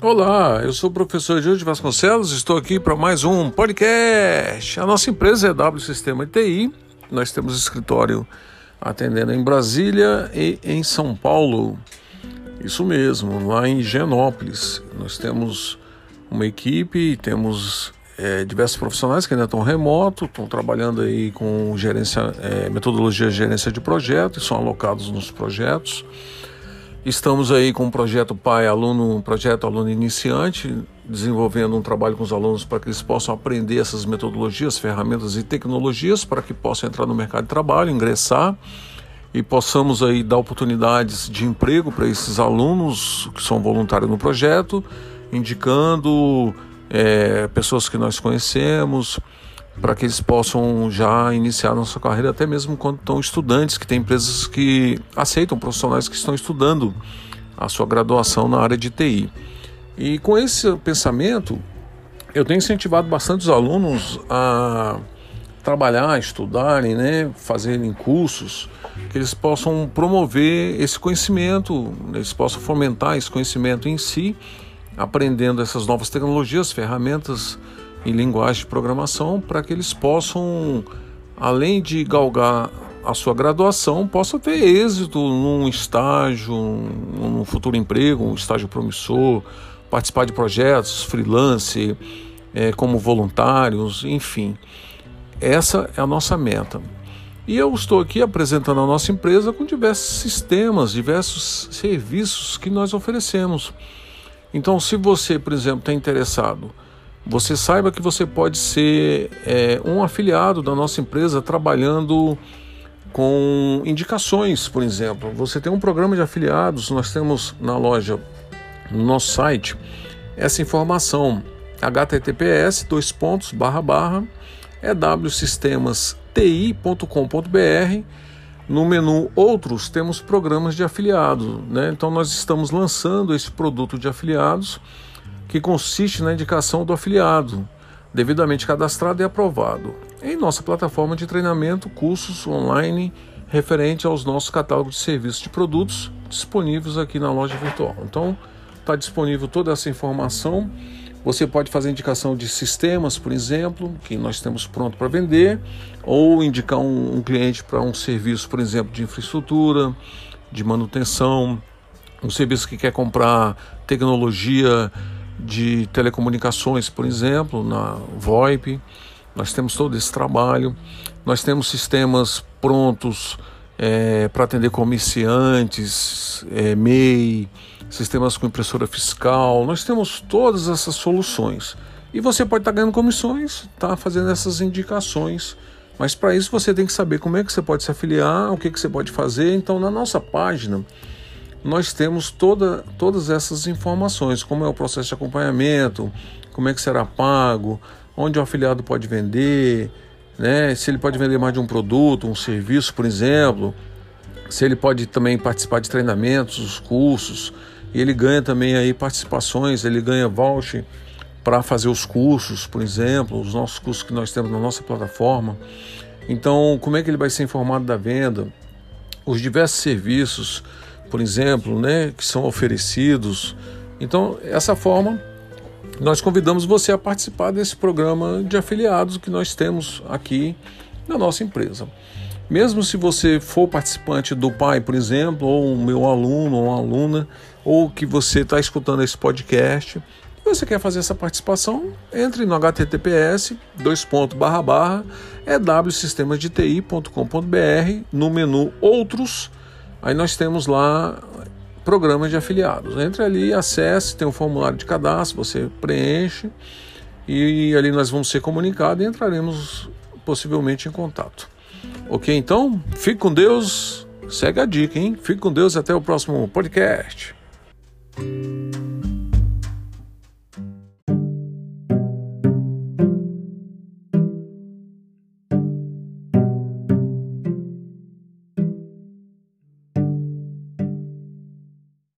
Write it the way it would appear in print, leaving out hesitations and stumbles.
Olá, eu sou o professor Júlio de Vasconcelos, estou aqui para mais um podcast. A nossa empresa é W Sistema de TI, nós temos escritório atendendo em Brasília e em São Paulo. Isso mesmo, lá em Higienópolis. Nós temos uma equipe, temos diversos profissionais que ainda estão remoto, estão trabalhando aí com metodologia de gerência de projetos, são alocados nos projetos. Estamos aí com o projeto PAI-Aluno, projeto Aluno Iniciante, desenvolvendo um trabalho com os alunos para que eles possam aprender essas metodologias, ferramentas e tecnologias para que possam entrar no mercado de trabalho, ingressar e possamos aí dar oportunidades de emprego para esses alunos que são voluntários no projeto, indicando pessoas que nós conhecemos, para que eles possam já iniciar nossa carreira, até mesmo quando estão estudantes, que tem empresas que aceitam profissionais que estão estudando a sua graduação na área de TI. E com esse pensamento, eu tenho incentivado bastante os alunos a trabalhar, a estudarem, fazerem cursos, que eles possam promover esse conhecimento, eles possam fomentar esse conhecimento em si, aprendendo essas novas tecnologias, ferramentas em linguagem de programação, para que eles possam, além de galgar a sua graduação, possam ter êxito num estágio, num futuro emprego, um estágio promissor, participar de projetos, freelance, como voluntários, enfim. Essa é a nossa meta. E eu estou aqui apresentando a nossa empresa com diversos sistemas, diversos serviços que nós oferecemos. Então, se você, por exemplo, está interessado, você saiba que você pode ser um afiliado da nossa empresa trabalhando com indicações, por exemplo. Você tem um programa de afiliados, nós temos na loja, no nosso site, essa informação, https://wsistemasti.com.br. No menu Outros, temos programas de afiliados, Então, nós estamos lançando esse produto de afiliados, que consiste na indicação do afiliado, devidamente cadastrado e aprovado, em nossa plataforma de treinamento, cursos online, referente aos nossos catálogos de serviços de produtos disponíveis aqui na loja virtual. Então, está disponível toda essa informação. Você pode fazer indicação de sistemas, por exemplo, que nós temos pronto para vender, ou indicar um cliente para um serviço, por exemplo, de infraestrutura, de manutenção, um serviço que quer comprar tecnologia de telecomunicações, por exemplo, na VoIP. Nós temos todo esse trabalho. Nós temos sistemas prontos para atender comerciantes, MEI, sistemas com impressora fiscal. Nós temos todas essas soluções. E você pode estar ganhando comissões, fazendo essas indicações. Mas para isso você tem que saber como é que você pode se afiliar, o que você pode fazer. Então, na nossa página, nós temos todas essas informações, como é o processo de acompanhamento, como é que será pago, onde o afiliado pode vender, se ele pode vender mais de um produto, um serviço, por exemplo, se ele pode também participar de treinamentos, os cursos, e ele ganha também aí participações, ele ganha voucher para fazer os cursos, por exemplo, os nossos cursos que nós temos na nossa plataforma. Então, como é que ele vai ser informado da venda, os diversos serviços, por exemplo, que são oferecidos. Então, dessa forma, nós convidamos você a participar desse programa de afiliados que nós temos aqui na nossa empresa. Mesmo se você for participante do PAI, por exemplo, ou um meu aluno ou uma aluna, ou que você está escutando esse podcast, e você quer fazer essa participação, entre no https://wsistemasdeti.com.br, no menu Outros. Aí nós temos lá programas de afiliados. Entre ali, acesse, tem um formulário de cadastro, você preenche e ali nós vamos ser comunicados e entraremos possivelmente em contato. Ok, então, fique com Deus, segue a dica, hein? Fique com Deus, até o próximo podcast.